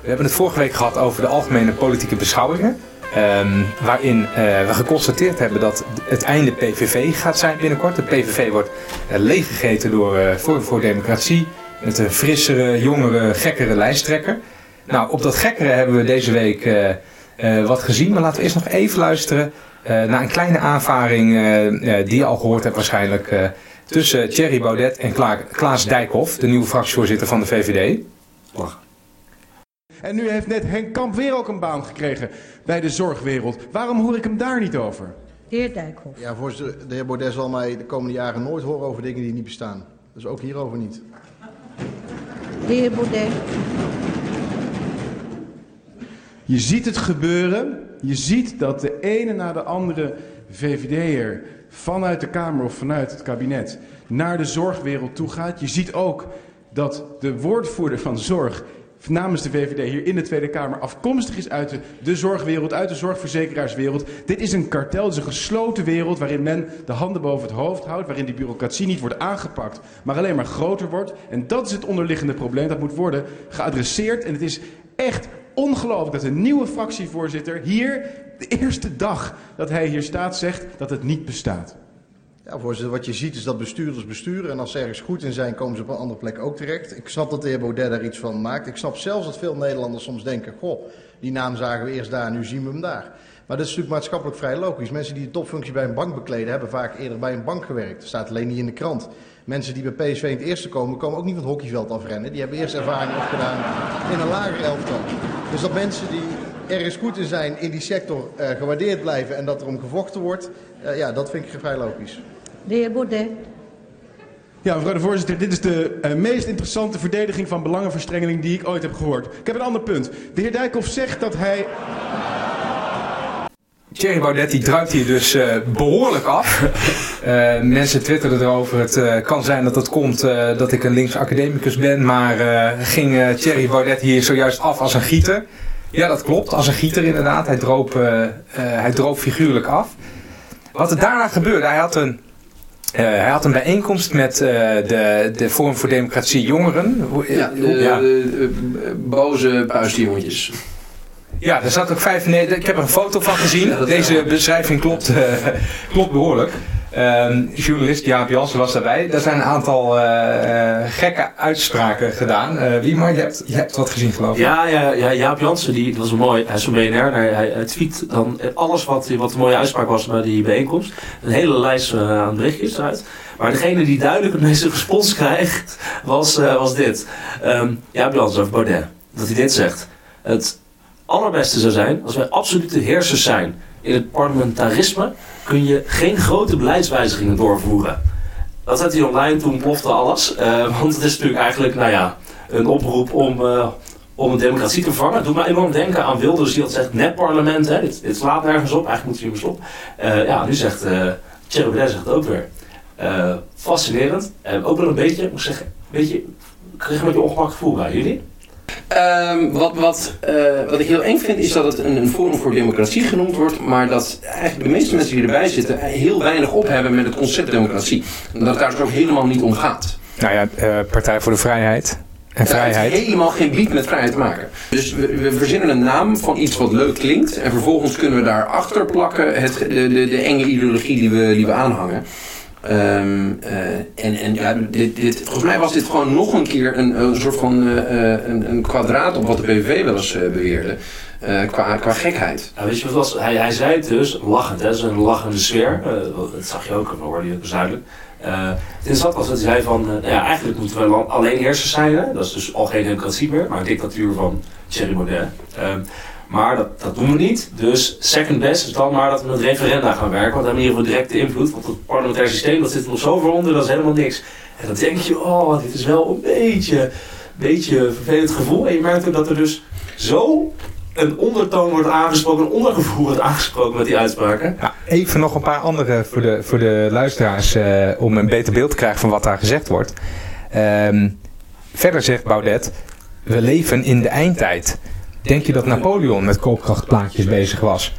We hebben het vorige week gehad over de algemene politieke beschouwingen. Waarin we geconstateerd hebben dat het einde PVV gaat zijn binnenkort. De PVV wordt leeggegeten door Forum voor Democratie. Met een frissere, jongere, gekkere lijsttrekker. Nou, op dat gekkere hebben we deze week wat gezien. Maar laten we eerst nog even luisteren naar een kleine aanvaring die je al gehoord hebt waarschijnlijk. Tussen Thierry Baudet en Klaas Dijkhoff, de nieuwe fractievoorzitter van de VVD. Wacht. En nu heeft net Henk Kamp weer ook een baan gekregen bij de zorgwereld. Waarom hoor ik hem daar niet over? De heer Dijkhoff. Ja, voorzitter, de heer Baudet zal mij de komende jaren nooit horen over dingen die niet bestaan. Dus ook hierover niet. De heer Baudet. Je ziet het gebeuren. Je ziet dat de ene na de andere VVD'er vanuit de Kamer of vanuit het kabinet naar de zorgwereld toe gaat. Je ziet ook dat de woordvoerder van zorg namens de VVD hier in de Tweede Kamer afkomstig is uit de zorgwereld, uit de zorgverzekeraarswereld. Dit is een kartel, het is een gesloten wereld waarin men de handen boven het hoofd houdt, waarin die bureaucratie niet wordt aangepakt, maar alleen maar groter wordt. En dat is het onderliggende probleem, dat moet worden geadresseerd. En het is echt ongelooflijk dat een nieuwe fractievoorzitter hier, de eerste dag dat hij hier staat, zegt dat het niet bestaat. Ja, voorzitter, wat je ziet is dat bestuurders besturen. En als ze ergens goed in zijn, komen ze op een andere plek ook terecht. Ik snap dat de heer Baudet daar iets van maakt. Ik snap zelfs dat veel Nederlanders soms denken, goh, die naam zagen we eerst daar, nu zien we hem daar. Maar dat is natuurlijk maatschappelijk vrij logisch. Mensen die de topfunctie bij een bank bekleden, hebben vaak eerder bij een bank gewerkt. Dat staat alleen niet in de krant. Mensen die bij PSV in het eerste komen, komen ook niet van het hockeyveld afrennen. Die hebben eerst ervaring opgedaan in een lager elftal. Dus dat mensen die ergens goed in zijn in die sector gewaardeerd blijven en dat er om gevochten wordt, ja, dat vind ik vrij logisch. De heer Baudet. Ja, mevrouw de voorzitter, dit is de meest interessante verdediging van belangenverstrengeling die ik ooit heb gehoord. Ik heb een ander punt. De heer Dijkhoff zegt dat hij... Thierry Baudet die druipt hier dus behoorlijk af. Mensen twitterden erover. Het kan zijn dat het komt dat ik een links academicus ben. Maar ging Thierry Baudet hier zojuist af als een gieter? Ja, dat klopt. Als een gieter inderdaad. Hij droop figuurlijk af. Wat er daarna gebeurde, hij had een bijeenkomst met de Forum voor Democratie jongeren. Boze puistierhondjes. Ja, er zat ook 95. Ik heb er een foto van gezien. Ja, deze beschrijving klopt behoorlijk. Journalist Jaap Jansen was daarbij. Er zijn een aantal gekke uitspraken gedaan. Wie je hebt wat gezien, geloof ik. Ja, Jaap Jansen, dat was mooi. Hij is van BNR. Hij tweet dan alles wat een mooie uitspraak was bij die bijeenkomst. Een hele lijst aan berichtjes eruit. Maar degene die duidelijk het meeste respons krijgt, was dit. Jaap Jansen over Baudet. Dat hij dit zegt. Het allerbeste zou zijn als wij absolute heersers zijn. In het parlementarisme kun je geen grote beleidswijzigingen doorvoeren. Dat zette hij online, toen plofte alles. Want het is natuurlijk eigenlijk een oproep om een democratie te vervangen. Het doet me enorm denken aan Wilders die altijd zegt netparlement. Dit slaat nergens op, eigenlijk moet je hiermee stoppen. Nu zegt Thierry Baudet zegt het ook weer. Fascinerend. Ook wel een beetje, moet ik zeggen, ik kreeg een beetje ongemakkelijk gevoel bij jullie. Wat ik heel eng vind is dat het een Forum voor Democratie genoemd wordt, maar dat eigenlijk de meeste mensen die erbij zitten heel weinig op hebben met het concept democratie. En dat het daar dus ook helemaal niet om gaat. Nou ja, Partij voor de Vrijheid en Vrijheid. Het heeft helemaal geen bied met vrijheid te maken. Dus we verzinnen een naam van iets wat leuk klinkt en vervolgens kunnen we daarachter plakken de enge ideologie die we aanhangen. Volgens mij was dit gewoon nog een keer een soort van een kwadraat op wat de PVV wel eens beweerde. Qua gekheid. Nou, weet je wat was? Hij zei het dus, lachend, dat is een lachende sfeer. Dat zag je ook, dat hoorde je dus duidelijk. Het interessant was dat hij zei van, eigenlijk moeten we alleen heersers zijn. Hè? Dat is dus al geen democratie meer, maar een dictatuur van Thierry Baudet. Maar dat doen we niet. Dus second best is dan maar dat we met referenda gaan werken. Want dan hebben we in ieder geval directe invloed. Want het parlementaire systeem, dat zit er nog zo voor onder, dat is helemaal niks. En dan denk je, dit is wel een beetje vervelend gevoel. En je merkt ook dat er dus zo een ondertoon wordt aangesproken, een ondergevoel wordt aangesproken met die uitspraken. Ja, even nog een paar andere voor de luisteraars om een beter beeld te krijgen van wat daar gezegd wordt. Verder zegt Baudet, we leven in de eindtijd. Denk je dat Napoleon met koopkrachtplaatjes bezig was?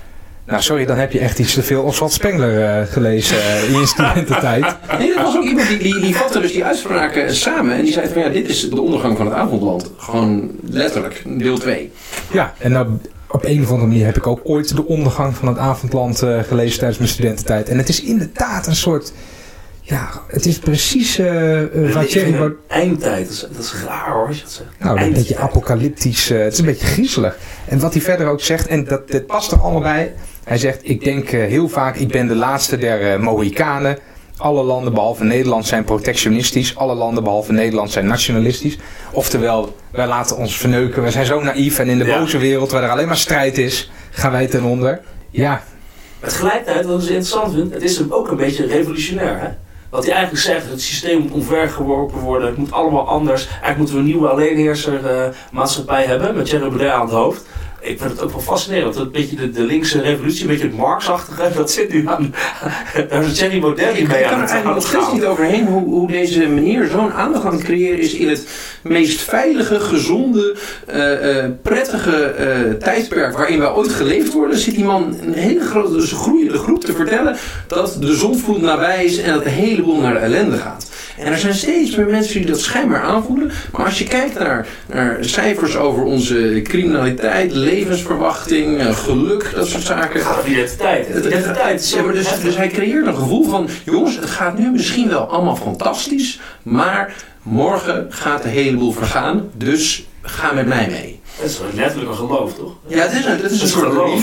Nou, sorry, dan heb je echt iets te veel Oswald Spengler gelezen in je studententijd. Nee, dat was ook iemand die vatte dus die uitspraken samen. En die zei van, ja, dit is de ondergang van het avondland. Gewoon letterlijk, deel 2. Ja, en nou, op een of andere manier heb ik ook ooit de ondergang van het avondland gelezen tijdens mijn studententijd. En het is inderdaad een soort... Ja, het is precies wat je... Eindtijd, dat is raar hoor, als je dat zegt. Nou, een beetje apocalyptisch, het is een beetje griezelig. En wat hij verder ook zegt, en dit past er allemaal bij. Hij zegt, ik denk heel vaak, ik ben de laatste der Mohikanen. Alle landen behalve Nederland zijn protectionistisch. Alle landen behalve Nederland zijn nationalistisch. Oftewel, wij laten ons verneuken. We zijn zo naïef en in de boze wereld waar er alleen maar strijd is, gaan wij ten onder. Ja. Maar tegelijkertijd, wat ik zo interessant vind, het is ook een beetje revolutionair, hè? Wat hij eigenlijk zegt, het systeem moet omvergeworpen worden, het moet allemaal anders. Eigenlijk moeten we een nieuwe alleenheerser maatschappij hebben, met Thierry Baudet aan het hoofd. Ik vind het ook wel fascinerend, dat een beetje de linkse revolutie, een beetje het Marx-achtige, dat zit nu aan. Daar is Thierry Baudet niet mee aan het gaan. Ik kan er eigenlijk nog steeds niet overheen hoe deze meneer zo'n aandacht aan het creëren is in het meest veilige, gezonde, prettige tijdperk waarin wij ooit geleefd worden. Zit die man een hele grote, groeiende groep te vertellen dat de zondvloed nabij is en dat de hele boel naar de ellende gaat. En er zijn steeds meer mensen die dat schijnbaar aanvoelen. Maar als je kijkt naar cijfers over onze criminaliteit, levensverwachting, geluk, dat soort zaken. Identiteit. Ja, maar dus hij creëert een gevoel van, jongens, het gaat nu misschien wel allemaal fantastisch, maar morgen gaat de hele boel vergaan, dus ga met mij mee. Dat is letterlijk een geloof, toch? Ja, het is een soort geloof.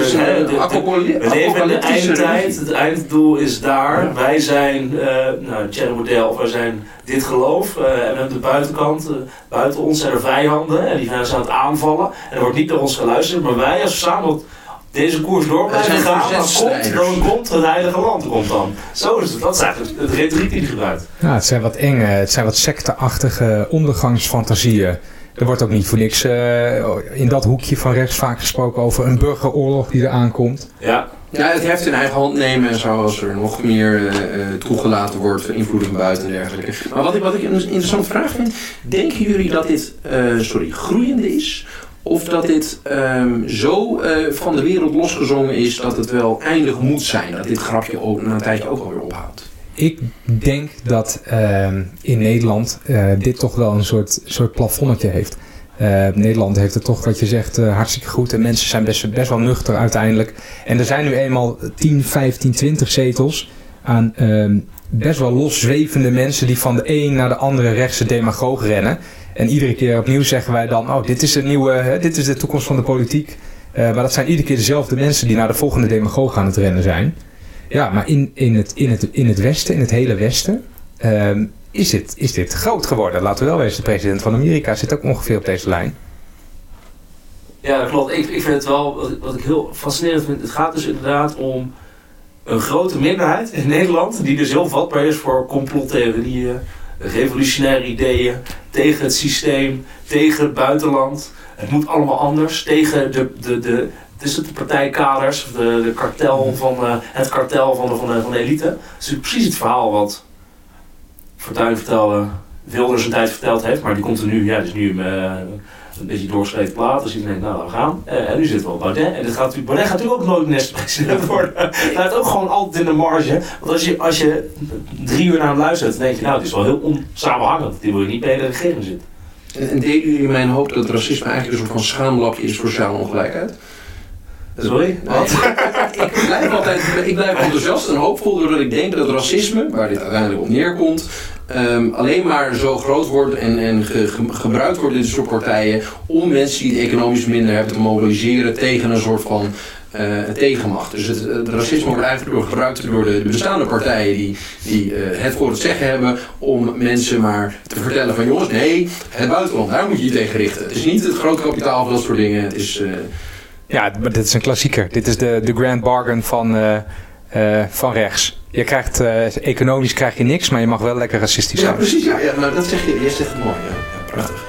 We leven in de eindtijd. Het einddoel is daar. Wij zijn Thierry Baudet, of wij zijn dit geloof. En we hebben de buitenkant. Buiten ons zijn er vijanden. En die zijn aan het aanvallen. En er wordt niet naar ons geluisterd. Maar wij, als we samen op deze koers door blijven gaan, dan komt het heilige land. Zo is het. Dat is eigenlijk de retoriek die hij gebruikt. Ja, het zijn wat enge, het zijn wat secteachtige ondergangsfantasieën. Er wordt ook niet voor niks in dat hoekje van rechts vaak gesproken over een burgeroorlog die er aankomt. Ja, het heft in eigen hand nemen en zo als er nog meer toegelaten wordt, invloed van buiten en dergelijke. Maar wat ik een interessante vraag vind, denken jullie dat dit groeiende is? Of dat dit zo van de wereld losgezongen is dat het wel eindig moet zijn? Dat dit grapje ook na een tijdje ook alweer ophoudt? Ik denk dat in Nederland dit toch wel een soort plafonnetje heeft. Nederland heeft het toch, wat je zegt, hartstikke goed. En mensen zijn best wel nuchter uiteindelijk. En er zijn nu eenmaal 10, 15, 20 zetels aan best wel loszwevende mensen die van de een naar de andere rechtse demagoog rennen. En iedere keer opnieuw zeggen wij dan, oh, dit is de toekomst van de politiek. Maar dat zijn iedere keer dezelfde mensen die naar de volgende demagoog aan het rennen zijn. Ja, maar in het Westen, in het hele Westen, is dit groot geworden. Laten we wel wezen, de president van Amerika zit ook ongeveer op deze lijn. Ja, dat klopt. Ik vind het wel, wat ik heel fascinerend vind, het gaat dus inderdaad om een grote minderheid in Nederland, die dus heel vatbaar is voor complottheorieën, revolutionaire ideeën, tegen het systeem, tegen het buitenland. Het moet allemaal anders, tegen de partijkaders, het kartel van de elite. Dat is precies het verhaal wat Fortuyn vertelde, Wilders een tijd verteld heeft, maar die komt er nu, dus nu een beetje doorgeschreven plaat. Dus ik denk, nou, we gaan. En nu zit wel Baudet. En Baudet gaat natuurlijk ook nooit minister-president worden. Hij heeft ook gewoon altijd in de marge. Want als je 3 uur naar hem luistert, dan denk je, nou, het is wel heel onsamenhangend. Die wil je niet bij de regering zitten. En delen jullie mijn hoop dat racisme eigenlijk een soort van schaamlapje is voor sociale ongelijkheid? Sorry? Wat? Ik blijf enthousiast en hoopvol doordat ik denk dat racisme, waar dit uiteindelijk op neerkomt, alleen maar zo groot wordt en gebruikt wordt in dit soort partijen om mensen die het economisch minder hebben te mobiliseren tegen een soort van tegenmacht. Dus het racisme wordt eigenlijk gebruikt door de bestaande partijen die het voor het zeggen hebben om mensen maar te vertellen van jongens, nee, het buitenland, daar moet je je tegen richten. Het is niet het grote kapitaal of dat soort dingen. Het is... Ja, dit is een klassieker. Dit is de grand bargain van rechts. Je krijgt, economisch krijg je niks, maar je mag wel lekker racistisch zijn. Ja, precies. Ja, nou, dat zeg je. Je zegt het mooi. Ja, prachtig.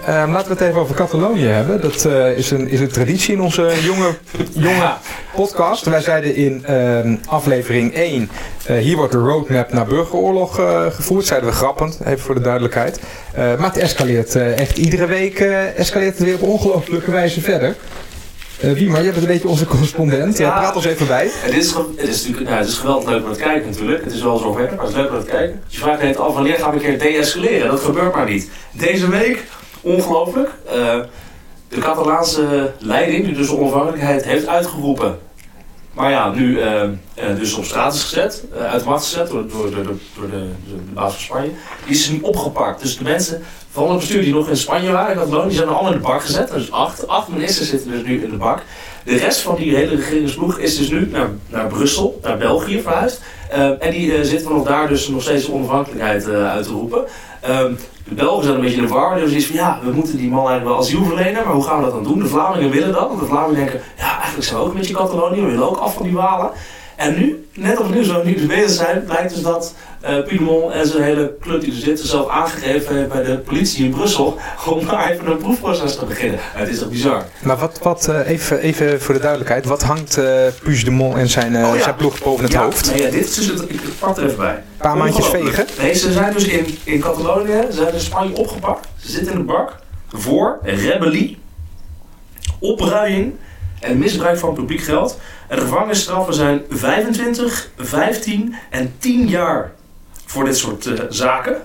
Laten we het even over Catalonië hebben. Dat is een traditie in onze jonge podcast. Wij zeiden in aflevering 1, hier wordt de roadmap naar burgeroorlog gevoerd. Zeiden we grappend, even voor de duidelijkheid. Maar het escaleert echt iedere week escaleert het weer op ongelooflijke wijze verder. Wiemer, jij bent een beetje onze correspondent. Ja, praat ons even bij. Het is geweldig leuk om te kijken natuurlijk. Het is wel zo ver, maar het is leuk om te kijken. Je vraagt het al, wanneer gaan we een keer deescaleren? Dat gebeurt maar niet. Deze week, ongelooflijk, de Catalaanse leiding, die dus de onafhankelijkheid heeft uitgeroepen. Maar ja, nu dus op straat is gezet, uit de macht gezet door de baas van Spanje. Die is nu opgepakt. Dus de mensen van het bestuur die nog in Spanje waren, in Catalonië, die zijn allemaal in de bak gezet. Dus acht ministers zitten dus nu in de bak. De rest van die hele regeringsploeg is dus nu naar Brussel, naar België verhuisd. En die zitten nog daar dus nog steeds onafhankelijkheid uit te roepen. De Belgen zijn een beetje in de war. Dus is van ja, we moeten die man eigenlijk wel asiel verlenen. Maar hoe gaan we dat dan doen? De Vlamingen willen dat. Want de Vlamingen denken, ja, eigenlijk zijn we ook een beetje Catalonië. We willen ook af van die Walen. En nu, net opnieuw zo nu bezig zijn, blijkt dus dat Puigdemont en zijn hele club die er zit zelf aangegeven heeft bij de politie in Brussel om daar even een proefproces te beginnen. Het is toch bizar. Maar even voor de duidelijkheid, wat hangt Puigdemont en zijn ploeg boven het hoofd? Nee, dit is dus, ik pak er even bij. Een paar maandjes vegen? Nee, ze zijn dus in Catalonië, ze zijn in Spanje opgepakt. Ze zitten in de bak voor rebellie, opruiing en misbruik van publiek geld. En de gevangenisstraffen zijn 25, 15 en 10 jaar voor dit soort zaken.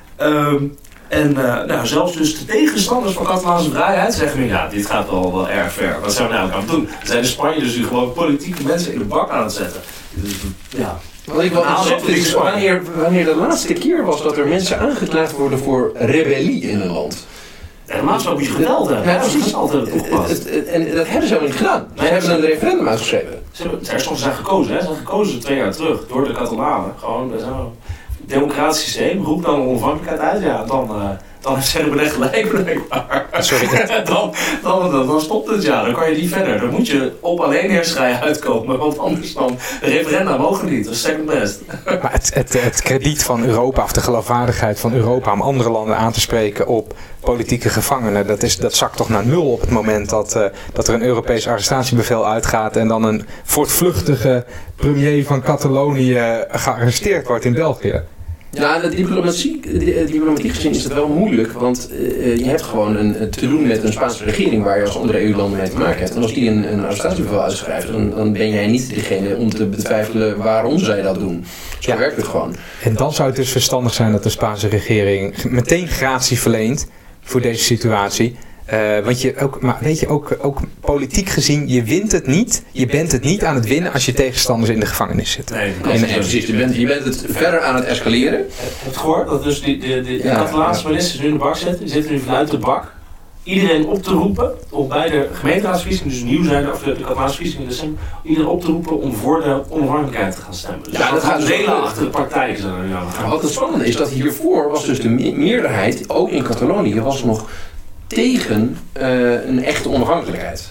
Zelfs dus de tegenstanders van Catalaanse vrijheid zeggen nu, ja, dit gaat wel erg ver. Wat zijn we nou aan het doen? Er zijn in Spanje dus nu gewoon politieke mensen in de bak aan het zetten. Dus, ja. Wat ik wel interessant is, wanneer de laatste keer was dat er mensen aangeklaagd worden voor rebellie in een land. Ja, normaal gesproken moet je geweld hebben. Ja, precies. Altijd toegepast. En dat hebben ze helemaal niet gedaan. Ze hebben een referendum uitgeschreven. Ze zijn gekozen, hè? Ze zijn gekozen 2 jaar terug door de Catalanen. Gewoon zo'n democratisch systeem. Roep dan onafhankelijkheid uit. Ja, dan zeggen we echt gelijk blijkbaar. Sorry. dan stopt het, ja. Dan kan je niet verder. Dan moet je op alleenheersvrij uitkomen. Want anders dan de referenda mogen niet. Dat is second best. Maar het krediet van Europa, of de geloofwaardigheid van Europa om andere landen aan te spreken op politieke gevangenen, dat zakt toch naar 0 op het moment dat er een Europees arrestatiebevel uitgaat en dan een voortvluchtige premier van Catalonië gearresteerd wordt in België. Ja, de diplomatiek gezien is dat wel moeilijk, want je hebt gewoon te doen met een Spaanse regering waar je als andere EU-landen mee te maken hebt. En als die een arrestatiebevel uitschrijft, dan ben jij niet degene om te betwijfelen waarom zij dat doen. Zo werkt het gewoon. En dan zou het dus verstandig zijn dat de Spaanse regering meteen gratie verleent voor deze situatie. Want ook politiek gezien, je wint het niet. Je bent het niet aan het winnen als je tegenstanders in de gevangenis zitten. Nee, precies. Je bent het verder aan het escaleren. Heb je gehoord dat dus de Catalaanse ministers nu in de bak zitten? Die zitten nu vanuit de bak. Iedereen op te roepen, om bij de gemeenteraadsverkiezingen, dus nieuw zijn, of de Catalaanse verkiezingen in december, iedereen op te roepen om voor de onafhankelijkheid te gaan stemmen. Dus ja, dat gaat dus delen achter de praktijk. Wat het spannende is, dat hiervoor was dus de meerderheid, ook in Catalonië, was nog tegen een echte onafhankelijkheid.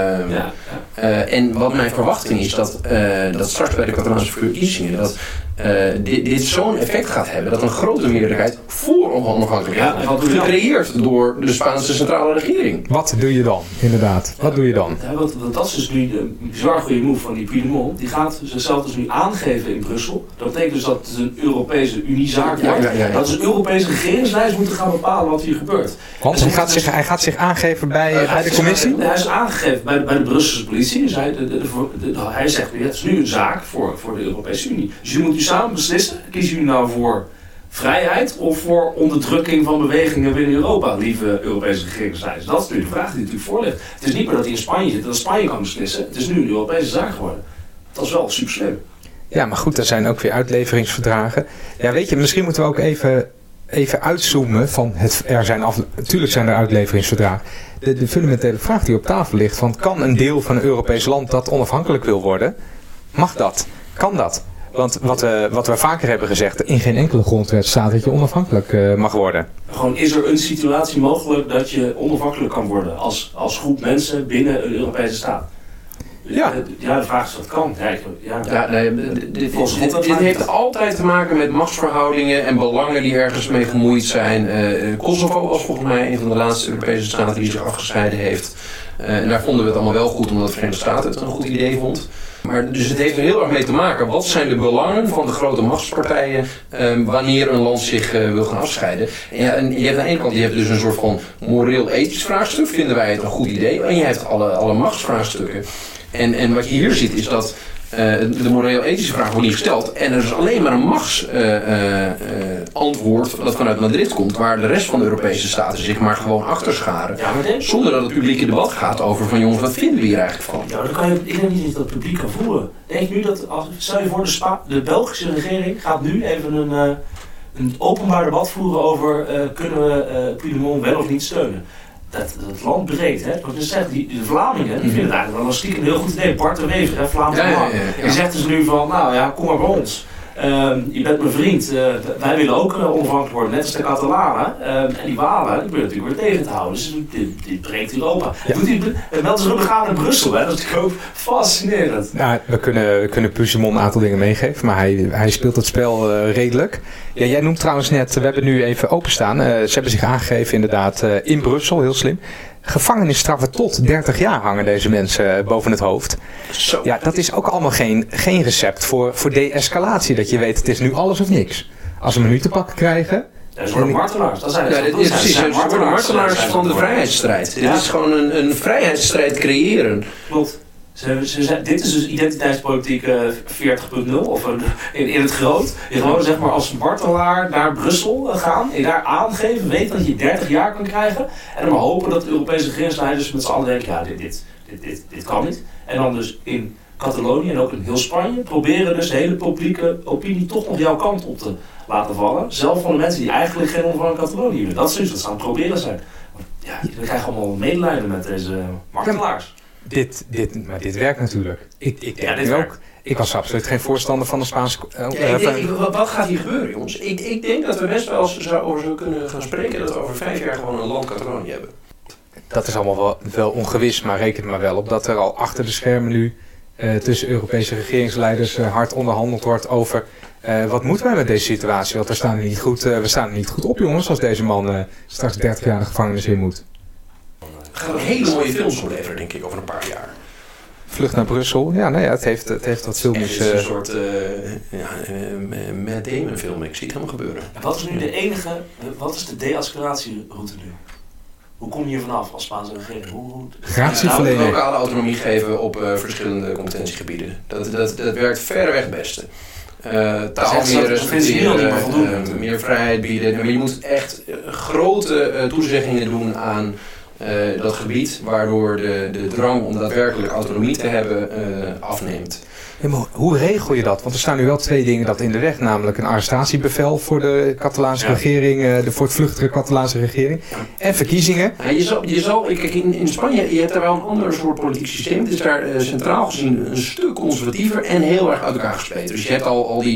En wat mijn verwachting is, dat straks bij de Catalaanse verkiezingen dat dit zo'n effect gaat hebben dat een grote meerderheid voor onafhankelijkheid wordt gecreëerd door de Spaanse centrale regering. Wat doe je dan, inderdaad? Wat doe je dan? Dat is dus nu de bizar goede move van die Puigdemont. Die gaat zichzelf dus nu aangeven in Brussel. Dat betekent dus dat het een Europese Uniezaak wordt. Dat is een Europese regeringslijst moeten gaan bepalen wat hier gebeurt. Want hij gaat zich aangeven bij de commissie? Hij is aangegeven bij de Brusselse politie. Dus hij zegt, het is nu een zaak voor de Europese Unie. Dus jullie moeten samen beslissen, kiezen jullie nou voor vrijheid of voor onderdrukking van bewegingen binnen Europa, lieve Europese regeringsleiders? Dat is nu de vraag die natuurlijk voor ligt. Het is niet meer dat hij in Spanje zit, dat Spanje kan beslissen. Het is nu een Europese zaak geworden. Dat is wel super slim. Ja, maar goed, er zijn ook weer uitleveringsverdragen. Ja, weet je, misschien moeten we ook even uitzoomen van natuurlijk zijn er uitleveringsverdragen. De fundamentele vraag die op tafel ligt, van kan een deel van een Europees land dat onafhankelijk wil worden, mag dat? Kan dat? Want wat we vaker hebben gezegd, in geen enkele grondwet staat dat je onafhankelijk mag worden. Gewoon, is er een situatie mogelijk dat je onafhankelijk kan worden als groep mensen binnen een Europese staat? De vraag is wat kan. Dit heeft altijd te maken met machtsverhoudingen en belangen die ergens mee gemoeid zijn. Kosovo was volgens mij een van de laatste Europese staten die zich afgescheiden heeft. En daar vonden we het allemaal wel goed, omdat de Verenigde Staten het een goed idee vond. Maar dus het heeft er heel erg mee te maken. Wat zijn de belangen van de grote machtspartijen wanneer een land zich wil gaan afscheiden? En je hebt aan de ene kant dus een soort van moreel-ethisch vraagstuk. Vinden wij het een goed idee? En je hebt alle machtsvraagstukken. En wat je hier ziet is dat de moreel-ethische vraag wordt niet gesteld. En er is alleen maar een machtsantwoord dat vanuit Madrid komt. Waar de rest van de Europese staten zich maar gewoon achter scharen. Zonder dat het publieke debat gaat over van jongens, wat vinden we hier eigenlijk van? Ja, dan kan je, ik denk niet dat het publiek kan voeren. Denk je nu dat, stel je voor de Belgische regering gaat nu even een openbaar debat voeren over kunnen we Puigdemont wel of niet steunen. Dat het land breekt, hè. Want de Vlamingen, die vinden het eigenlijk wel stiekem een heel goed idee. Bart de Wever, hè, Vlaamse man. Die zegt dus nu van, nou ja, kom maar bij ons. Je bent mijn vriend, wij willen ook onafhankelijk worden, net als de Catalanen. En die Walen, die willen natuurlijk weer tegen te houden. Dus dit breekt Europa. Ja. Wel eens gaan in Brussel, hè. Dat is natuurlijk ook fascinerend. Ja, we kunnen Puigdemont een aantal dingen meegeven, maar hij speelt het spel redelijk. Ja, jij noemt trouwens net, we hebben nu even openstaan. Ze hebben zich aangegeven inderdaad in Brussel, heel slim. Gevangenisstraffen tot 30 jaar hangen deze mensen boven het hoofd. Zo. Ja, dat is ook allemaal geen recept voor de-escalatie. Dat je weet, het is nu alles of niks. Als we hem nu te pakken krijgen... Dat is worden martelaars. Dat zijn precies. Ze worden martelaars van de vrijheidsstrijd. Dit is gewoon een vrijheidsstrijd creëren. Klopt. Dit is dus identiteitspolitiek 40.0 of in het groot. Je gewoon zeg maar als martelaar naar Brussel gaan en daar aangeven, weten dat je 30 jaar kan krijgen en dan maar hopen dat de Europese grensleiders met z'n allen denken, ja dit kan niet. En dan dus in Catalonië en ook in heel Spanje proberen dus de hele publieke opinie toch nog jouw kant op te laten vallen. Zelfs van de mensen die eigenlijk geen onafhankelijk Catalonië willen. Dat is dus wat ze aan het proberen zijn. Ja, dan krijg je allemaal medelijden met deze martelaars. Maar dit werkt natuurlijk. Ik denk dit ook. Ik was absoluut geen voorstander van de Spaanse... Wat gaat hier gebeuren, jongens? Ik denk dat we best wel over zo kunnen gaan spreken dat we over 5 jaar gewoon een land Catalonië hebben. Dat is allemaal wel ongewis, maar reken er maar wel op dat er al achter de schermen nu tussen Europese regeringsleiders hard onderhandeld wordt over wat moeten wij met deze situatie? Want we staan er niet goed op, jongens, als deze man straks 30 jaar de gevangenis in moet. Gaat een hele mooie films opleveren, denk ik, over een paar jaar. Vlucht naar Brussel. Ja, nou ja, het heeft wat filmpjes... Het is een soort Matt Damon film. Ik zie het helemaal gebeuren. Wat is nu wat is de de-escalatieroute nu? Hoe kom je hier vanaf als Spaanse regering? Gratieverlening. Lokale autonomie geven op verschillende competentiegebieden. Dat werkt verreweg het beste. Taal meer respecteren, meer vrijheid bieden. Maar je moet echt grote toezeggingen doen aan dat gebied, waardoor de drang om daadwerkelijk autonomie te hebben afneemt. Ja, maar hoe regel je dat? Want er staan nu wel 2 dingen dat in de weg, namelijk een arrestatiebevel voor de Catalaanse regering, voor het vluchtige Catalaanse regering, en verkiezingen. Ja, je zal kijk, in Spanje, je hebt daar wel een ander soort politiek systeem. Het is daar centraal gezien een stuk conservatiever en heel erg uit elkaar gespleten. Dus je hebt al die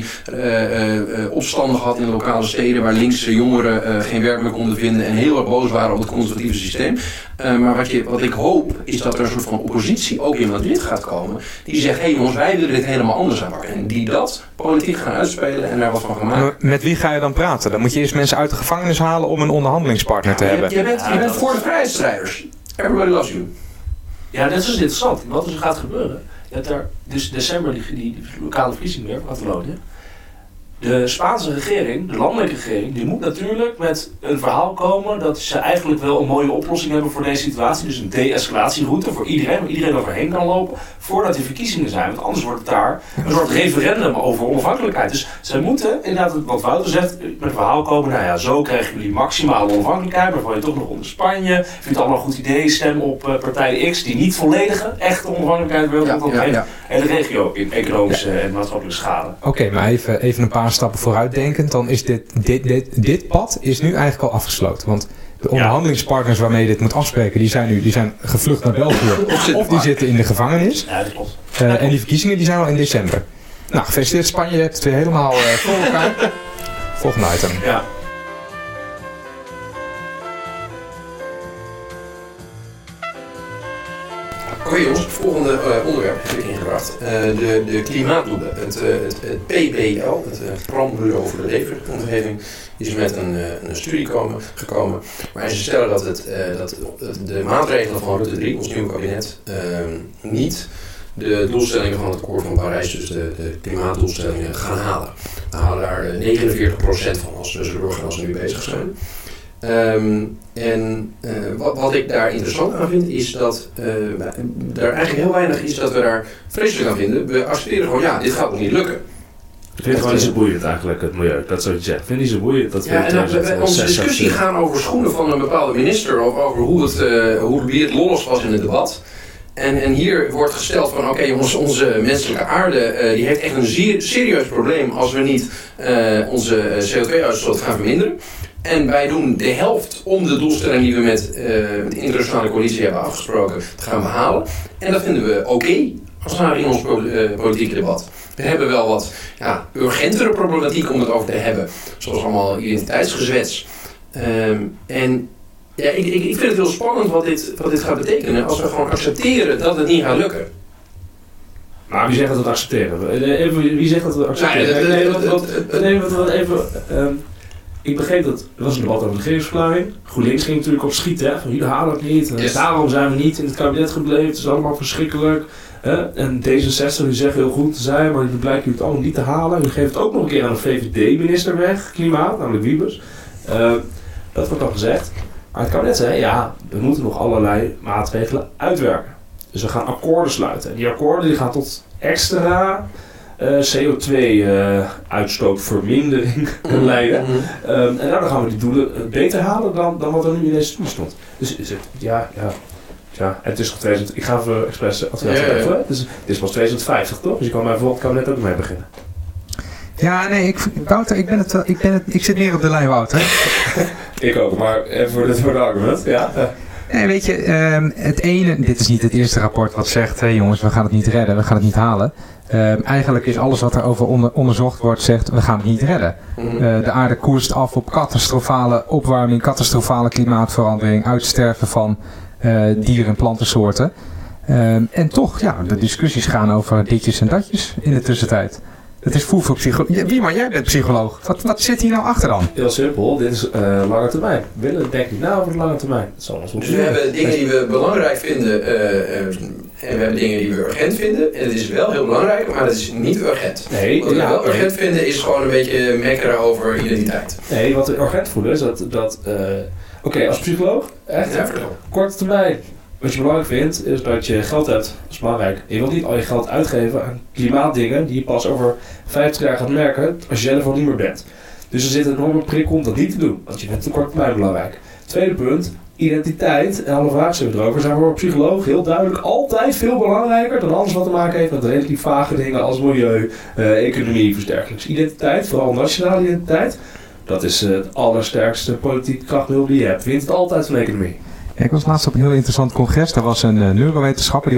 opstanden gehad in lokale steden waar linkse jongeren geen werk meer konden vinden en heel erg boos waren op het conservatieve systeem. Maar wat ik hoop is dat er een soort van oppositie ook in Madrid gaat komen die zegt, hé jongens, wij willen dit helemaal anders aanpakken. En die dat politiek gaan uitspelen en daar wat van gaan maken. Met wie ga je dan praten? Dan moet je eerst mensen uit de gevangenis halen om een onderhandelingspartner te hebben. Je bent voor de vrijheidsstrijders. Everybody loves you. Ja, dat is dus interessant. Wat er gaat gebeuren. Je hebt daar dus december die lokale verkiezingen weer van Catalonië. De Spaanse regering, de landelijke regering, die moet natuurlijk met een verhaal komen dat ze eigenlijk wel een mooie oplossing hebben voor deze situatie. Dus een de-escalatieroute voor iedereen, waar iedereen overheen kan lopen voordat die verkiezingen zijn. Want anders wordt het daar een soort referendum over onafhankelijkheid. Dus zij moeten inderdaad, wat Wouter zegt, met een verhaal komen. Nou ja, zo krijgen jullie maximale onafhankelijkheid, maar val je toch nog onder Spanje. Vindt het allemaal een goed idee, stem op partij X die niet volledige, echte onafhankelijkheid wil. En de regio in economische en maatschappelijke schade. Oké, maar even een paar stappen vooruitdenkend, dan is dit pad is nu eigenlijk al afgesloten. Want de onderhandelingspartners waarmee je dit moet afspreken, die zijn gevlucht naar België of die zitten in de gevangenis. Ja, dat klopt. En die verkiezingen die zijn al in december. Nou, gefeliciteerd Spanje, je hebt het weer helemaal voor elkaar. Volgende item. Ja. Oké jongens, volgende onderwerp heb ik ingebracht. De klimaatdoelen. Het PBL, het Planbureau voor de Leefomgeving, is met een studie gekomen. Waarin ze stellen dat de maatregelen van Rutte 3, ons nieuwe kabinet, niet de doelstellingen van het Akkoord van Parijs, dus de klimaatdoelstellingen, gaan halen. We halen daar 49% van als we zo doorgaan als we nu bezig zijn. Wat ik daar interessant aan vind, is dat er eigenlijk heel weinig is dat we daar vreselijk aan vinden. We accepteren gewoon, ja, dit gaat nog niet lukken. Ik vind het gewoon niet zo boeiend eigenlijk, het milieu. Dat is wat je zegt. Ik vind het niet zo boeiend. Dat onze discussie gaan over schoenen van een bepaalde minister, of over wie het lollig was in het debat. En hier wordt gesteld van, oké jongens, onze menselijke aarde die heeft echt een serieus probleem als we niet onze CO2-uitstoot gaan verminderen. En wij doen de helft om de doelstelling die we met de internationale coalitie hebben afgesproken te gaan behalen. En dat vinden we oké als het gaat in ons politieke debat. We hebben wel wat urgentere problematiek om het over te hebben. Zoals allemaal identiteitsgezwets. Ik vind het heel spannend wat dit gaat betekenen als we gewoon accepteren dat het niet gaat lukken. Maar wie zegt dat we het accepteren? Wie zegt dat we het accepteren? Ik begreep dat, er was een debat over de regeringsverklaring. GroenLinks ging natuurlijk op schieten, hè, van jullie halen het niet. Yes. Daarom zijn we niet in het kabinet gebleven, het is allemaal verschrikkelijk. En D66 die zeggen heel goed te zijn, maar die blijkt het allemaal niet te halen. U geeft het ook nog een keer aan een VVD-minister weg, klimaat, namelijk Wiebes. Dat wordt dan gezegd. Maar het kabinet zei, ja, we moeten nog allerlei maatregelen uitwerken. Dus we gaan akkoorden sluiten. En die akkoorden die gaan tot extra CO2-uitstootvermindering leiden. En daardoor gaan we die doelen beter halen dan wat er nu in deze studie stond. Dus het is nog 2000. Ik ga even expres Dus het is pas 2050 toch? Dus je kan bij bijvoorbeeld het kabinet ook mee beginnen. Ja, nee, Wouter, ik zit meer op de lijn, Wouter. Ik ook, maar voor het argument, ja. Nee, weet je, het ene, dit is niet het eerste rapport wat zegt, jongens, we gaan het niet redden, we gaan het niet halen. Eigenlijk is alles wat er over onderzocht wordt, zegt, we gaan het niet redden. De aarde koerst af op catastrofale opwarming, catastrofale klimaatverandering, uitsterven van dieren- en plantensoorten. En toch, ja, de discussies gaan over ditjes en datjes in de tussentijd. Het is voer voor psycholoog. Wieman, jij bent psycholoog. Wat zit hier nou achter dan? Heel simpel, dit is lange termijn. We willen denk ik na over de lange termijn. Dus we hebben dingen die we belangrijk vinden en we hebben dingen die we urgent vinden. En het is wel heel belangrijk, maar het is niet urgent. Nee, wat we wel urgent vinden is gewoon een beetje mekkeren over identiteit. Nee, wat we urgent voelen is dat oké, als psycholoog, echt, korte termijn. Wat je belangrijk vindt, is dat je geld hebt. Dat is belangrijk. Je wilt niet al je geld uitgeven aan klimaatdingen die je pas over 50 jaar gaat merken als je zelf al niet meer bent. Dus er zit een enorme prikkel om dat niet te doen, want je vindt het op korte termijn belangrijk. Tweede punt, identiteit en alle vraagstukken erover zijn voor een psycholoog heel duidelijk altijd veel belangrijker dan alles wat te maken heeft met relatief vage dingen als milieu, economie, versterkelijks. Identiteit, vooral nationale identiteit, dat is het allersterkste politieke krachtmiddel die je hebt. Wint het altijd van economie. Ja, ik was laatst op een heel interessant congres. Daar was een neurowetenschapper,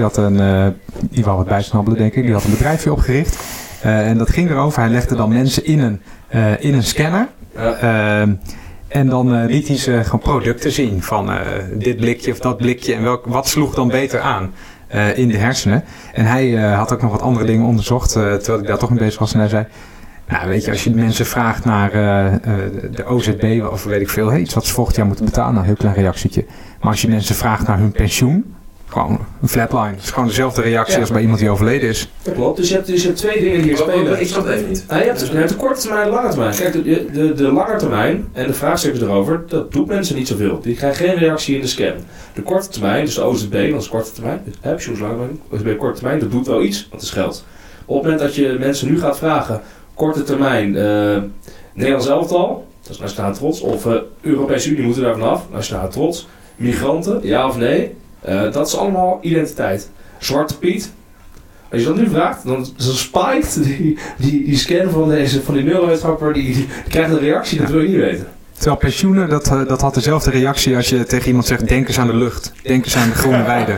die wou wat bijsnabbelen denk ik. Die had een bedrijfje opgericht. En dat ging erover. Hij legde dan mensen in een scanner. Ja. En dan liet hij ze gewoon producten zien van dit blikje of dat blikje. En wat sloeg dan beter aan in de hersenen. En hij had ook nog wat andere dingen onderzocht. Terwijl ik daar toch mee bezig was. En hij zei... Nou, weet je, als je mensen vraagt naar de OZB of weet ik veel, iets wat ze volgend jaar moeten betalen, nou, een heel klein reactietje. Maar als je mensen vraagt naar hun pensioen, gewoon een flatline. Het is gewoon dezelfde reactie als bij iemand die overleden is. Dat klopt, dus je hebt twee dingen die hier spelen. Ik snap het even niet. Je hebt de korte termijn en de lange termijn. Kijk, de lange termijn en de vraagstukken erover, dat doet mensen niet zoveel. Die krijgen geen reactie in de scan. De korte termijn, dus de OZB, dat is korte termijn, pensioenslange termijn, OZB korte termijn, dat doet wel iets, want het is geld. Op het moment dat je mensen nu gaat vragen, korte termijn, Nederlands elftal, dat is nationaal trots, of Europese Unie moeten daar vanaf, nationaal trots, migranten, ja of nee, dat is allemaal identiteit. Zwarte Piet, als je dat nu vraagt, dan spiked die scan van die neurowetenschapper, die krijgt een reactie, dat wil je niet weten. Terwijl pensioenen, dat had dezelfde reactie als je tegen iemand zegt, denk eens aan de lucht, denk eens aan de groene weide.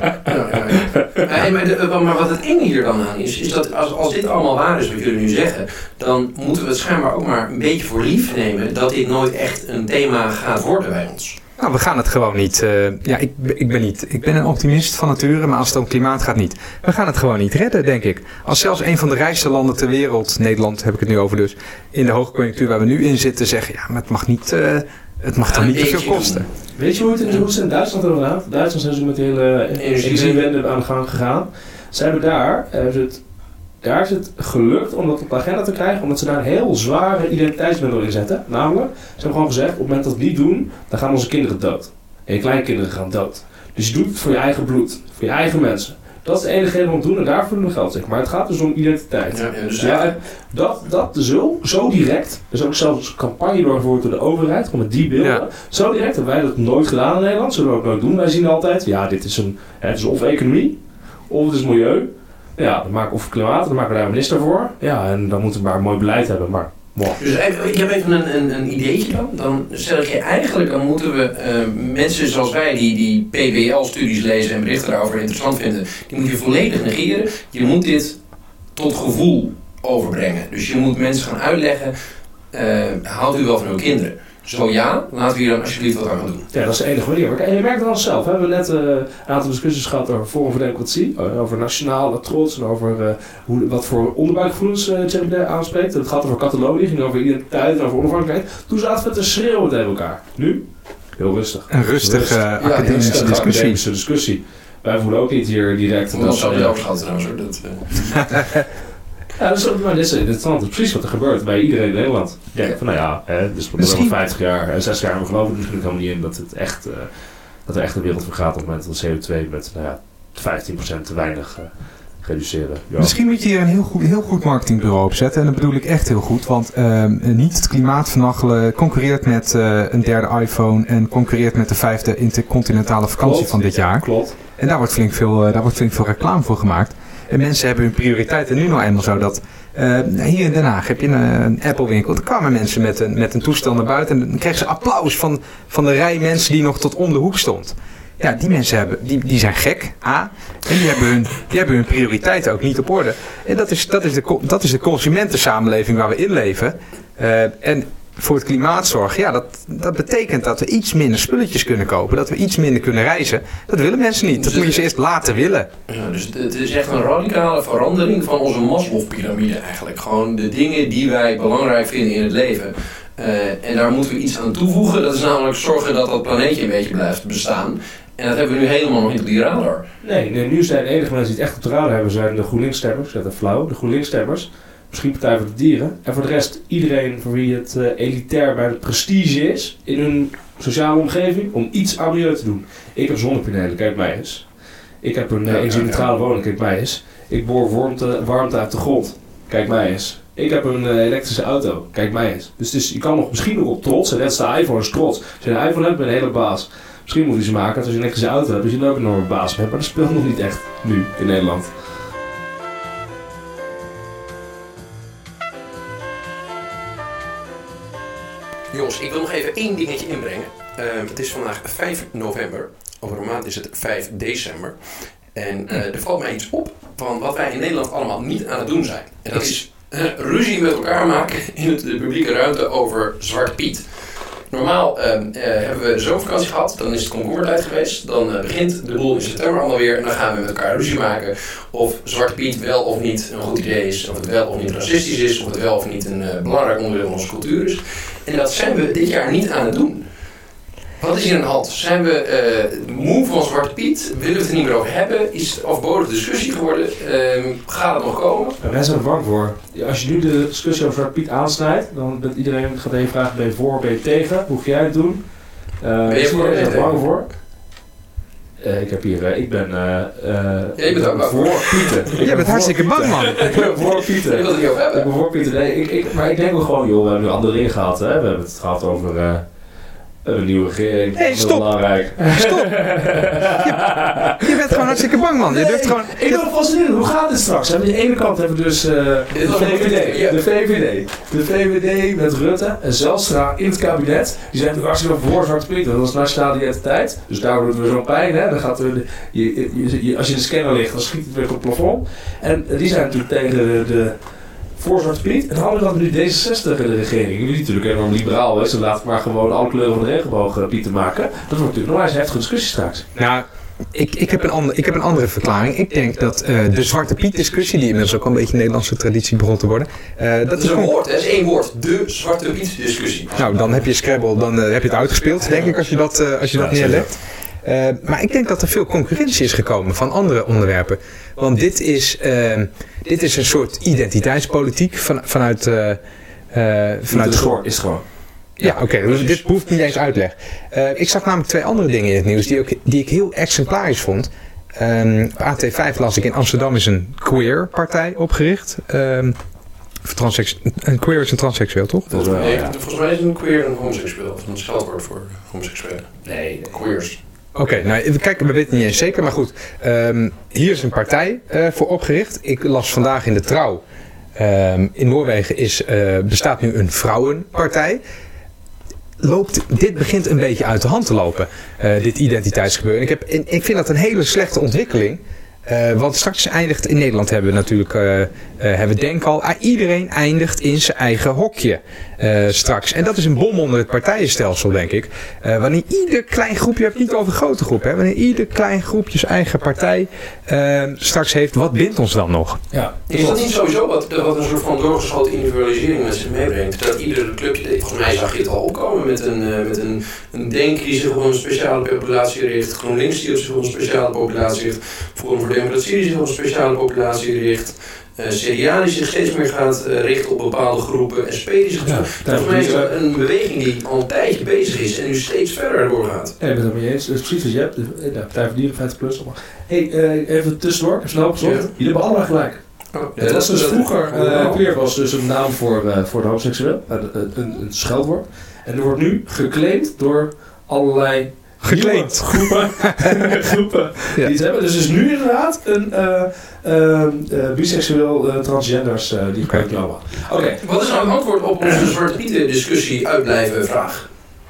Maar wat het enge hier dan aan is dat als dit allemaal waar is wat jullie nu zeggen, dan moeten we het schijnbaar ook maar een beetje voor lief nemen dat dit nooit echt een thema gaat worden bij ons. Nou, we gaan het gewoon niet. Ik ben een optimist van nature, maar als het om klimaat gaat niet. We gaan het gewoon niet redden, denk ik. Als zelfs een van de rijkste landen ter wereld, Nederland heb ik het nu over dus, in de hoge conjunctuur waar we nu in zitten, zeggen, ja, maar het mag niet, het mag toch niet te veel kosten. Weet je hoe het in Duitsland over gaat? Duitsland zijn ze met de hele energiewende aan de gang gegaan. Ze hebben daar is het gelukt om dat op de agenda te krijgen, omdat ze daar een heel zware identiteitsmiddel in zetten. Namelijk, ze hebben gewoon gezegd, op het moment dat we het niet doen, dan gaan onze kinderen dood. En je kleinkinderen gaan dood. Dus je doet het voor je eigen bloed, voor je eigen mensen. Dat is de enige reden om het te doen en daarvoor doen we geld, zeg maar. Het gaat dus om identiteit. Dat zo direct, er is ook zelfs een campagne doorgevoerd door de overheid, gewoon met die beelden. Ja. Zo direct hebben wij dat nooit gedaan in Nederland, zullen we ook nooit doen. Wij zien altijd, het is of economie, of het is milieu. Ja, dan maken we of klimaat, dan maken we daar een minister voor. Ja, en dan moeten we maar een mooi beleid hebben. Maar, Dus ik heb even een ideetje dan. Dan stel ik eigenlijk, dan moeten we mensen zoals wij die PBL-studies lezen en berichten daarover interessant vinden, die moet je volledig negeren. Je moet dit tot gevoel overbrengen. Dus je moet mensen gaan uitleggen, houdt u wel van uw kinderen? Zo ja, laten we hier dan alsjeblieft wat aan gaan doen. Ja, dat is de enige manier. En je merkt het al zelf. We hebben net een aantal discussies gehad over Forum voor Democratie, over nationale trots en over wat voor onderbuikgevoelens Thierry aanspreekt. Het gaat over Catalonië, ging over identiteit en over onafhankelijkheid. Toen zaten we te schreeuwen tegen elkaar. Nu? Heel rustig. Een rustige academische discussie. Wij voelen ook niet hier direct... Dat zou je overschatten trouwens hoor. Ja, dit is interessant. Precies wat er gebeurt bij iedereen in Nederland. Ik denk van, dus we hebben 50 jaar, 60 jaar, we geloven er misschien helemaal niet in dat het echt, dat er echt de wereld vergaat op het moment dat CO2 met 15% te weinig reduceren. Ja. Misschien moet je hier een heel goed marketingbureau opzetten. En dat bedoel ik echt heel goed. Want niet het klimaat vernachelen concurreert met een derde iPhone en concurreert met de 5e intercontinentale vakantie van dit jaar. Klopt. En daar wordt flink veel reclame voor gemaakt. En mensen hebben hun prioriteiten nu nou eenmaal zo dat... hier in Den Haag heb je een Apple winkel. Er kwamen mensen met een toestel naar buiten. En dan kregen ze applaus van de rij mensen die nog tot om de hoek stond. Ja, die mensen die zijn gek, A. En die hebben hun prioriteiten ook niet op orde. En dat is de consumentensamenleving waar we in leven. En voor het klimaat zorgen, dat betekent dat we iets minder spulletjes kunnen kopen. Dat we iets minder kunnen reizen. Dat willen mensen niet. Dat moet je ze eerst laten willen. Ja, dus het is echt een radicale verandering van onze Maslow-pyramide eigenlijk. Gewoon de dingen die wij belangrijk vinden in het leven. En daar moeten we iets aan toevoegen. Dat is namelijk zorgen dat dat planeetje een beetje blijft bestaan. En dat hebben we nu helemaal nog niet op die radar. Nee, nu zijn de enige mensen die het echt op de radar hebben, zijn de GroenLinks-stemmers. Ik zeg het flauw, de GroenLinks-stemmers. Misschien Partij voor de Dieren. En voor de rest iedereen voor wie het elitair bij de prestige is in hun sociale omgeving om iets aan milieu te doen. Ik heb zonnepanelen, kijk mij eens. Ik heb een energie-neutrale woning, kijk mij eens. Ik boor warmte uit de grond, kijk mij eens. Ik heb een elektrische auto, kijk mij eens. Dus je kan nog misschien nog op trots, en net is de iPhone is trots. Als je een iPhone hebt, ben je een hele baas. Misschien moet je ze maken als je een elektrische auto hebt, dat je dan ook een enorme baas hebt. Maar dat speelt nog niet echt nu in Nederland. Jongens, ik wil nog even één dingetje inbrengen. Het is vandaag 5 november. Over een maand is het 5 december. En er valt mij iets op van wat wij in Nederland allemaal niet aan het doen zijn. En dat is ruzie met elkaar maken in de publieke ruimte over Zwarte Piet. Normaal hebben we zomervakantie gehad, dan is het komkommertijd geweest. Dan begint de boel in september allemaal weer en dan gaan we met elkaar ruzie maken. Of Zwarte Piet wel of niet een goed idee is, of het wel of niet racistisch is, of het wel of niet een belangrijk onderdeel van onze cultuur is. En dat zijn we dit jaar niet aan het doen. Wat is hier aan de hand? Zijn we moe van Zwarte Piet? Willen we het er niet meer over hebben? Is het overbodige discussie geworden? Gaat het nog komen? Wij zijn er bang voor. Als je nu de discussie over Zwarte Piet aansnijdt, dan gaat iedereen vragen, ben je voor, ben je tegen? Hoe ga jij het doen? Ben je voor? Ben je bang voor? Ik ben jij bent ook voor Pieten. Jij bent hartstikke bang, man. Ik ben voor Pieten. Je wilt het niet over hebben. Ik ben voor Pieten. Nee, maar ik denk wel gewoon, joh, we hebben nu andere dingen gehad. Hè? We hebben het gehad over een nieuwe regering. Hey, stop. Belangrijk. Stop. Je bent gewoon hartstikke bang, man. Je durft gewoon... Ik wil fascinerend. Hoe gaat dit straks? Aan de ene kant hebben we dus de VVD met Rutte en Zijlstra in het kabinet. Die zijn natuurlijk hartstikke voor Zwarte Piet. Dat is nationale identiteit. Dus daar doet het weer zo'n pijn. Hè? Dan gaat als je in de scanner ligt, dan schiet het weer op het plafond. En die zijn natuurlijk tegen de voor Zwarte Piet. En dan hadden we dan nu D66 in de regering. Die natuurlijk enorm liberaal is. Dan laat ik maar gewoon alle kleuren van de regenboog Piet te maken. Dat wordt natuurlijk nog eens een heftige discussie straks. Nou, ik heb een andere verklaring. Ik denk dat de Zwarte Piet discussie, die inmiddels ook al een beetje een Nederlandse traditie begon te worden. Dat is een woord, dat is één woord. De Zwarte Piet discussie. Nou, dan heb je Scrabble, dan heb je het uitgespeeld, denk ik, als je dat neerlegt. Maar ik denk dat er veel concurrentie is gekomen van andere onderwerpen. Want dit is een soort identiteitspolitiek vanuit de school is het gewoon. Ja, oké. Dus dit hoeft niet eens uitleg. Ik zag namelijk 2 andere dingen in het nieuws die ik heel exemplarisch vond. AT5 las ik, in Amsterdam is een queer partij opgericht. Een queer is een transseksueel, toch? Volgens mij is een queer een homoseksueel. Of een scheldwoord voor homoseksuelen. Nee, queers. Oké, nou kijk, we weten het niet eens zeker, maar goed. Hier is een partij voor opgericht. Ik las vandaag in de Trouw. In Noorwegen bestaat nu een vrouwenpartij. Dit begint een beetje uit de hand te lopen, dit identiteitsgebeuren. Ik vind dat een hele slechte ontwikkeling. Want straks eindigt in Nederland hebben we natuurlijk, denk al, iedereen eindigt in zijn eigen hokje straks. En dat is een bom onder het partijenstelsel, denk ik. Wanneer ieder klein groepje, je hebt het niet over grote groepen, hè, wanneer ieder klein groepje zijn eigen partij straks heeft, wat bindt ons dan nog? Ja. Is dat niet sowieso wat een soort van doorgeschoten individualisering met zich meebrengt? Dat iedere clubje, volgens mij zag je het al opkomen met een Denk die zich op een speciale populatie richt, GroenLinks die zich op een speciale populatie richt, Forum voor Democratie die zich op een speciale populatie richt, CDA die zich steeds meer gaat richten op bepaalde groepen, SP die zich... Volgens mij is dat een beweging die al een tijdje bezig is en nu steeds verder doorgaat. Ja, ik ben het met je eens. Dat is precies wat je hebt. De Partij voor Dieren, 50+. Even tussendoor, ik heb snel opgezocht. Jullie hebben allemaal gelijk. Dat was dus vroeger, queer was dus een naam voor de homoseksueel, een scheldwoord. En er wordt nu geclaimd door allerlei groepen die het hebben. Dus is nu inderdaad een biseksueel transgenders die gebruikt lopen. Oké. Wat is nou het antwoord op onze Zwarte Pieten discussie uitblijven vraag?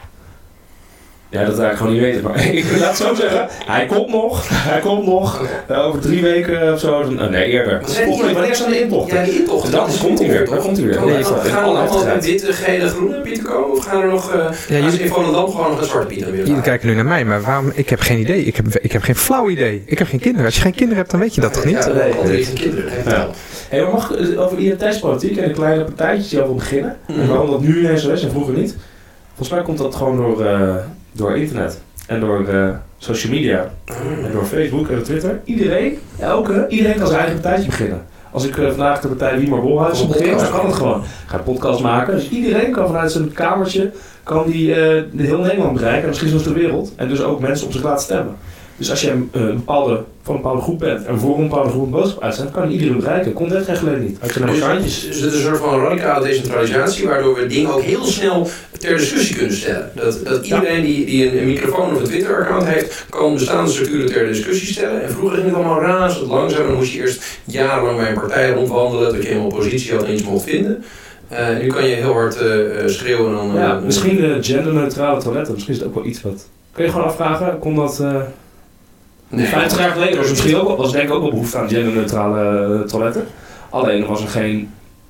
Ja, dat eigenlijk gewoon niet weten. Maar ik laat het zo zeggen. Hij komt nog. Over 3 weken of zo. Nee, eerder. Wanneer is dan de intocht? Ja, de intocht. Dat komt hij weer. Gaan er allemaal met witte, gele, groene Pieten komen? Of gaan er nog... jullie in Volendam gewoon nog een Zwarte Piet weer? Jullie kijken nu naar mij, maar waarom? Ik heb geen idee. Ik heb geen flauw idee. Ik heb geen kinderen. Als je geen kinderen hebt, dan weet je dat toch niet? Ja, nee, heeft geen kinderen. Hey, maar mag over identiteitspolitiek en de kleine partijtjes die al van beginnen. En waarom dat nu ineens zo is en vroeger niet. Volgens mij komt dat gewoon door internet en door social media en door Facebook en door Twitter. Iedereen kan zijn eigen partijtje beginnen. Als ik vandaag de partij Wiemar Bolhuis begin, dan kan het gewoon. Ik ga een podcast maken, dus iedereen kan vanuit zijn kamertje de heel Nederland bereiken en misschien zelfs de wereld. En dus ook mensen op zich laten stemmen. Dus als je van een bepaalde groep bent en voor een bepaalde groep een boodschap uitzendt, kan iedereen bereiken. Kon 30 jaar geleden niet. Dus het is een soort van radicale decentralisatie, waardoor we dingen ook heel snel ter discussie kunnen stellen. Dat iedereen die een microfoon of een Twitter-account heeft, kan bestaande structuren ter discussie stellen. En vroeger ging het allemaal razend langzaam. Dan moest je eerst jarenlang bij een partij rondwandelen, dat je helemaal positie had en iets mocht vinden. Nu kan je heel hard schreeuwen. En dan, misschien genderneutrale toiletten. Misschien is het ook wel iets wat... Kun je gewoon afvragen, kon dat... Nee, 50 jaar geleden was denk ik ook wel behoefte aan genderneutrale toiletten. Alleen was er geen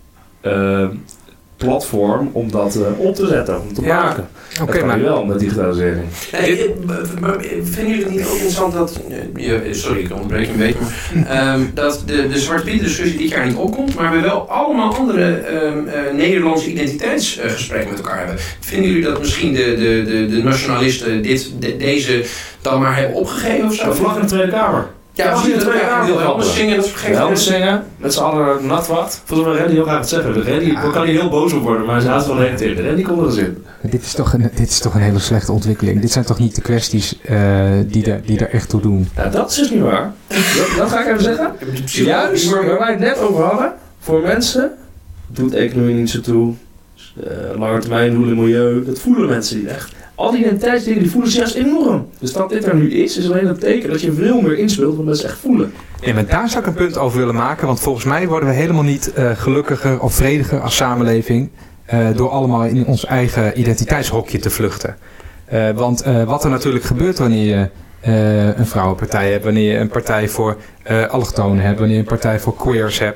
platform om dat op te zetten, om te maken. Dat kan je wel met digitalisering. Maar vinden jullie het niet ook interessant dat... sorry, ik onderbreek je een beetje. Maar, dat de Zwarte Piet discussie dit jaar niet opkomt, maar we wel allemaal andere Nederlandse identiteitsgesprekken met elkaar hebben. Vinden jullie dat misschien de nationalisten deze dan maar hebben opgegeven of zo? De vlag in de Tweede Kamer. Ja, we zien het heel helpen zingen, dat is vergeten. Helpen zingen, met z'n allen nat wat. Volgens mij Randy heel graag het zeggen. Randy kan hier heel boos op worden, maar hij haast wel heen tegen. Randy komt er eens in. Dit is toch een hele slechte ontwikkeling. Dit zijn toch niet de kwesties die er echt toe doen? Nou, dat is dus niet waar. Dat ga ik even zeggen. Juist waar wij het net over hadden, voor mensen doet economie niet zo toe. Langetermijndoelen, milieu, dat voelen mensen niet echt. Al die identiteitsdingen die voelen ze juist enorm. Dus dat dit er nu is alleen een teken dat je veel meer inspeelt wat mensen echt voelen. Ja, maar daar zou ik een punt over willen maken. Want volgens mij worden we helemaal niet gelukkiger of vrediger als samenleving door allemaal in ons eigen identiteitshokje te vluchten. Want wat er natuurlijk gebeurt wanneer je een vrouwenpartij hebt, wanneer je een partij voor allochtonen hebt, wanneer je een partij voor queers hebt,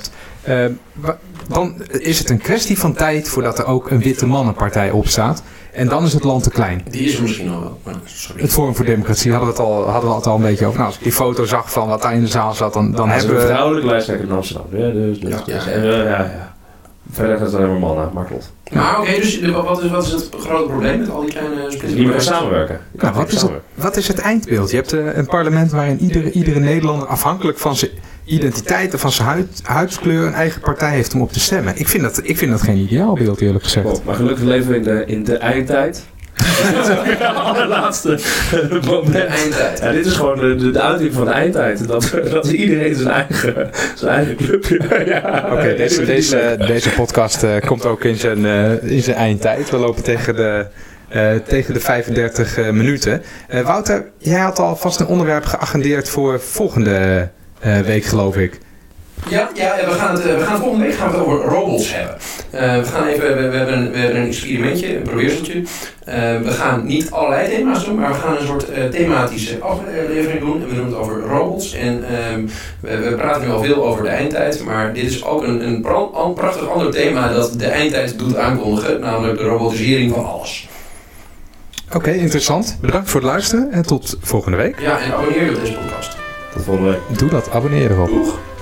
Dan is het een kwestie van tijd voordat er ook een witte mannenpartij opstaat. En dan is het land te klein. Die is er misschien al wel. Maar, sorry. Het Forum voor Democratie hadden we het al een beetje over. Nou, als ik die foto zag van wat daar in de zaal zat, dan hebben we... een vrouwelijke lijsttrekker in Amsterdam. Ja, dus, ja. Verder gaat het alleen maar mannen, maar klopt. Maar oké, dus wat is het grote probleem met al die kleine splitsers? Niet meer samenwerken. Nou, wat is het eindbeeld? Je hebt een parlement waarin iedere Nederlander afhankelijk van zijn identiteit of van zijn huidskleur een eigen partij heeft om op te stemmen. Ik vind dat geen ideaalbeeld, eerlijk gezegd. Klopt, maar gelukkig leven we in de eindtijd. Het allerlaatste moment. De eindtijd. Ja, dit is gewoon de uiting van de eindtijd. Dat iedereen zijn eigen clubje. Ja. Oké, deze podcast komt ook in zijn eindtijd. We lopen tegen de 35 minuten. Wouter, jij had alvast een onderwerp geagendeerd voor volgende week, geloof ik. Ja, we gaan volgende week over robots hebben. We hebben een experimentje, een probeerseltje. We gaan niet allerlei thema's doen, maar we gaan een soort thematische aflevering doen. En we doen het over robots. En we praten nu al veel over de eindtijd, maar dit is ook een prachtig ander thema dat de eindtijd doet aankondigen, namelijk de robotisering van alles. Oké, interessant. Bedankt voor het luisteren en tot volgende week. Ja, en abonneer je op deze podcast. Tot volgende week. Doe dat, abonneer erop. Doeg.